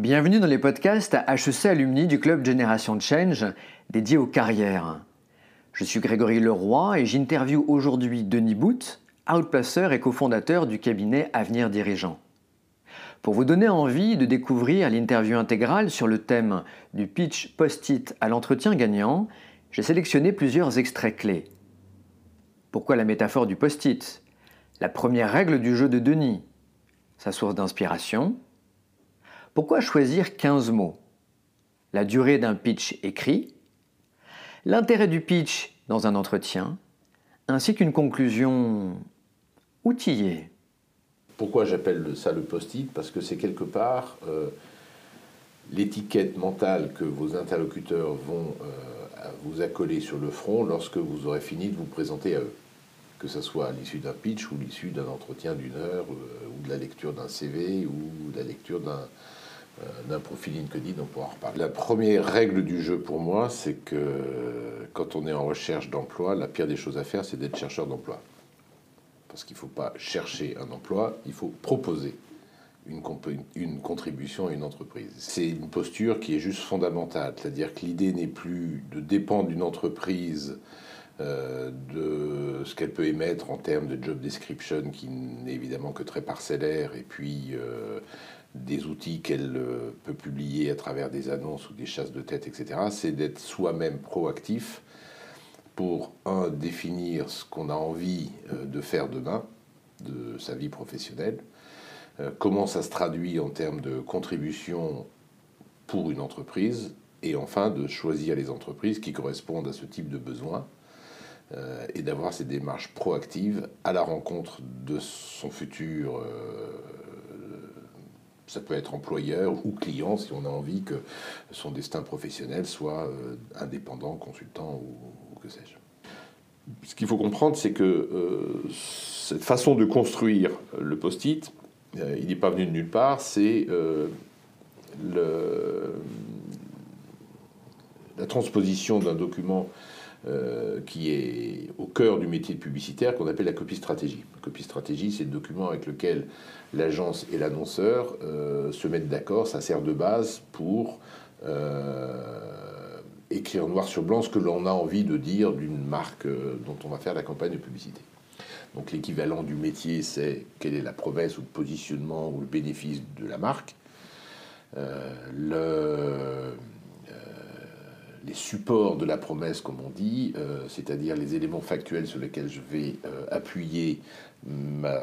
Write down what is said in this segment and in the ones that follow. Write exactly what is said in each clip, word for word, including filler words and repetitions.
Bienvenue dans les podcasts H E C Alumni du club Génération Change dédié aux carrières. Je suis Grégory Leroy et j'interviewe aujourd'hui Denis Bout, outplacer et cofondateur du cabinet Avenir Dirigeant. Pour vous donner envie de découvrir l'interview intégrale sur le thème du pitch post-it à l'entretien gagnant, j'ai sélectionné plusieurs extraits clés. Pourquoi la métaphore du post-it? La première règle du jeu de Denis? Sa source d'inspiration? Pourquoi choisir quinze mots? La durée d'un pitch écrit? L'intérêt du pitch dans un entretien? Ainsi qu'une conclusion outillée. Pourquoi j'appelle ça le post-it? Parce que c'est quelque part euh, l'étiquette mentale que vos interlocuteurs vont euh, vous accoler sur le front lorsque vous aurez fini de vous présenter à eux. Que ce soit à l'issue d'un pitch ou l'issue d'un entretien d'une heure euh, ou de la lecture d'un C V ou de la lecture d'un euh, d'un profil LinkedIn, on pourra en reparler. La première règle du jeu pour moi, c'est que euh, quand on est en recherche d'emploi, la pire des choses à faire, c'est d'être chercheur d'emploi. Parce qu'il ne faut pas chercher un emploi, il faut proposer une, une contribution à une entreprise. C'est une posture qui est juste fondamentale, c'est-à-dire que l'idée n'est plus de dépendre d'une entreprise, euh, de ce qu'elle peut émettre en termes de job description, qui n'est évidemment que très parcellaire, et puis euh, des outils qu'elle euh, peut publier à travers des annonces ou des chasses de tête, et cetera. C'est d'être soi-même proactif, pour, un, définir ce qu'on a envie de faire demain, de sa vie professionnelle, euh, comment ça se traduit en termes de contribution pour une entreprise, et enfin de choisir les entreprises qui correspondent à ce type de besoin, euh, et d'avoir ces démarches proactives à la rencontre de son futur, euh, ça peut être employeur ou client, si on a envie que son destin professionnel soit euh, indépendant, consultant ou que sais-je. Ce qu'il faut comprendre, c'est que euh, cette façon de construire le post-it, euh, il n'est pas venu de nulle part, c'est euh, le, la transposition d'un document euh, qui est au cœur du métier de publicitaire, qu'on appelle la copie stratégie. La copie stratégie, c'est le document avec lequel l'agence et l'annonceur euh, se mettent d'accord, ça sert de base pour euh, écrire noir sur blanc ce que l'on a envie de dire d'une marque dont on va faire la campagne de publicité. Donc l'équivalent du métier, c'est quelle est la promesse ou le positionnement ou le bénéfice de la marque. Euh, le, euh, les supports de la promesse, comme on dit, euh, c'est-à-dire les éléments factuels sur lesquels je vais euh, appuyer ma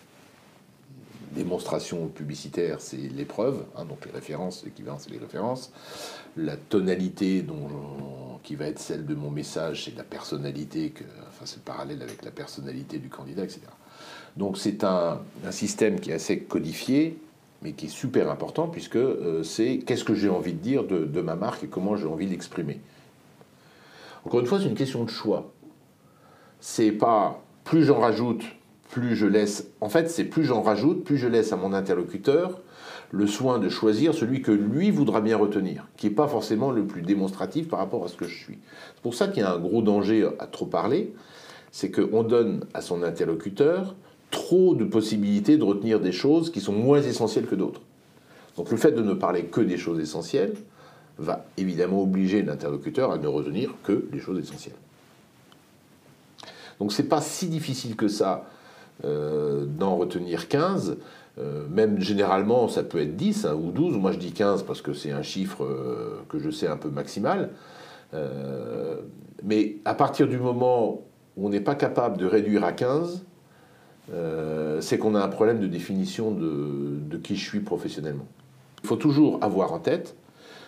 démonstration publicitaire, c'est l'épreuve, hein, donc les références, l'équivalent, c'est les références. La tonalité dont, qui va être celle de mon message, c'est la personnalité, que, enfin c'est le parallèle avec la personnalité du candidat, et cetera. Donc c'est un, un système qui est assez codifié, mais qui est super important, puisque euh, c'est qu'est-ce que j'ai envie de dire de, de ma marque et comment j'ai envie de l'exprimer. Encore une fois, c'est une question de choix. C'est pas plus j'en rajoute, plus je laisse... En fait, c'est plus j'en rajoute, plus je laisse à mon interlocuteur le soin de choisir celui que lui voudra bien retenir, qui n'est pas forcément le plus démonstratif par rapport à ce que je suis. C'est pour ça qu'il y a un gros danger à trop parler, c'est qu'on donne à son interlocuteur trop de possibilités de retenir des choses qui sont moins essentielles que d'autres. Donc le fait de ne parler que des choses essentielles va évidemment obliger l'interlocuteur à ne retenir que les choses essentielles. Donc c'est pas si difficile que ça euh, d'en retenir quinze. Euh, même généralement, ça peut être dix hein, ou douze. Moi, je dis quinze parce que c'est un chiffre euh, que je sais un peu maximal. Euh, mais à partir du moment où on n'est pas capable de réduire à quinze, euh, c'est qu'on a un problème de définition de, de qui je suis professionnellement. Il faut toujours avoir en tête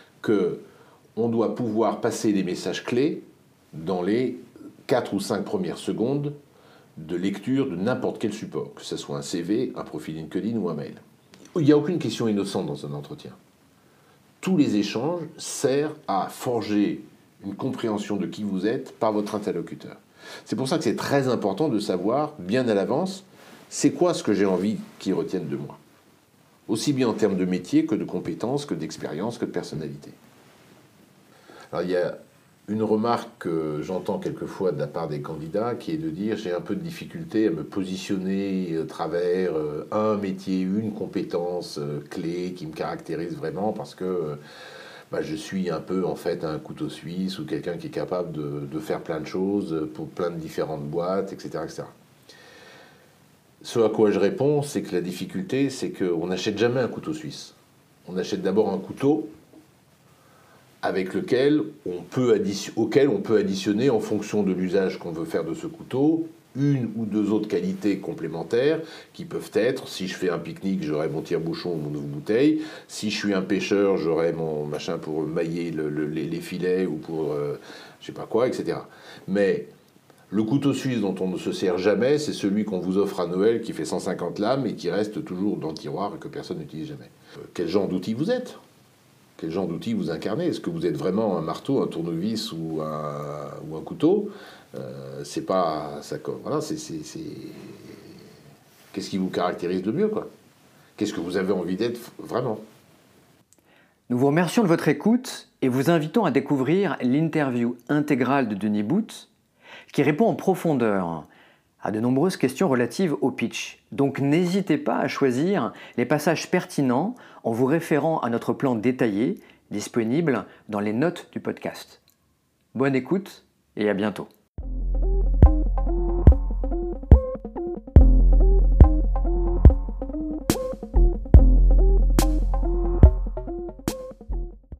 qu'on doit pouvoir passer les messages clés dans les quatre ou cinq premières secondes de lecture de n'importe quel support, que ce soit un C V, un profil LinkedIn ou un mail. Il n'y a aucune question innocente dans un entretien. Tous les échanges servent à forger une compréhension de qui vous êtes par votre interlocuteur. C'est pour ça que c'est très important de savoir, bien à l'avance, c'est quoi ce que j'ai envie qu'ils retiennent de moi. Aussi bien en termes de métier que de compétences, que d'expérience, que de personnalité. Alors il y a une remarque que j'entends quelquefois de la part des candidats, qui est de dire j'ai un peu de difficulté à me positionner à travers un métier, une compétence clé qui me caractérise vraiment parce que bah, je suis un peu en fait un couteau suisse ou quelqu'un qui est capable de, de faire plein de choses pour plein de différentes boîtes, et cetera, et cetera. Ce à quoi je réponds, c'est que la difficulté, c'est qu'on n'achète jamais un couteau suisse. On achète d'abord un couteau avec lequel on peut addition, auquel on peut additionner, en fonction de l'usage qu'on veut faire de ce couteau, une ou deux autres qualités complémentaires qui peuvent être, si je fais un pique-nique, j'aurai mon tire-bouchon ou mon ouvre-bouteille, si je suis un pêcheur, j'aurai mon machin pour mailler le, le, les, les filets ou pour euh, je sais pas quoi, et cetera. Mais le couteau suisse dont on ne se sert jamais, c'est celui qu'on vous offre à Noël qui fait cent cinquante lames et qui reste toujours dans le tiroir et que personne n'utilise jamais. Euh, quel genre d'outil vous êtes ? Quel genre d'outil vous incarnez ? Est-ce que vous êtes vraiment un marteau, un tournevis ou un, ou un couteau ? euh, C'est pas... Ça, voilà, c'est, c'est, c'est... Qu'est-ce qui vous caractérise le mieux, quoi ? Qu'est-ce que vous avez envie d'être vraiment ? Nous vous remercions de votre écoute et vous invitons à découvrir l'interview intégrale de Denis Boot qui répond en profondeur à de nombreuses questions relatives au pitch. Donc n'hésitez pas à choisir les passages pertinents en vous référant à notre plan détaillé disponible dans les notes du podcast. Bonne écoute et à bientôt.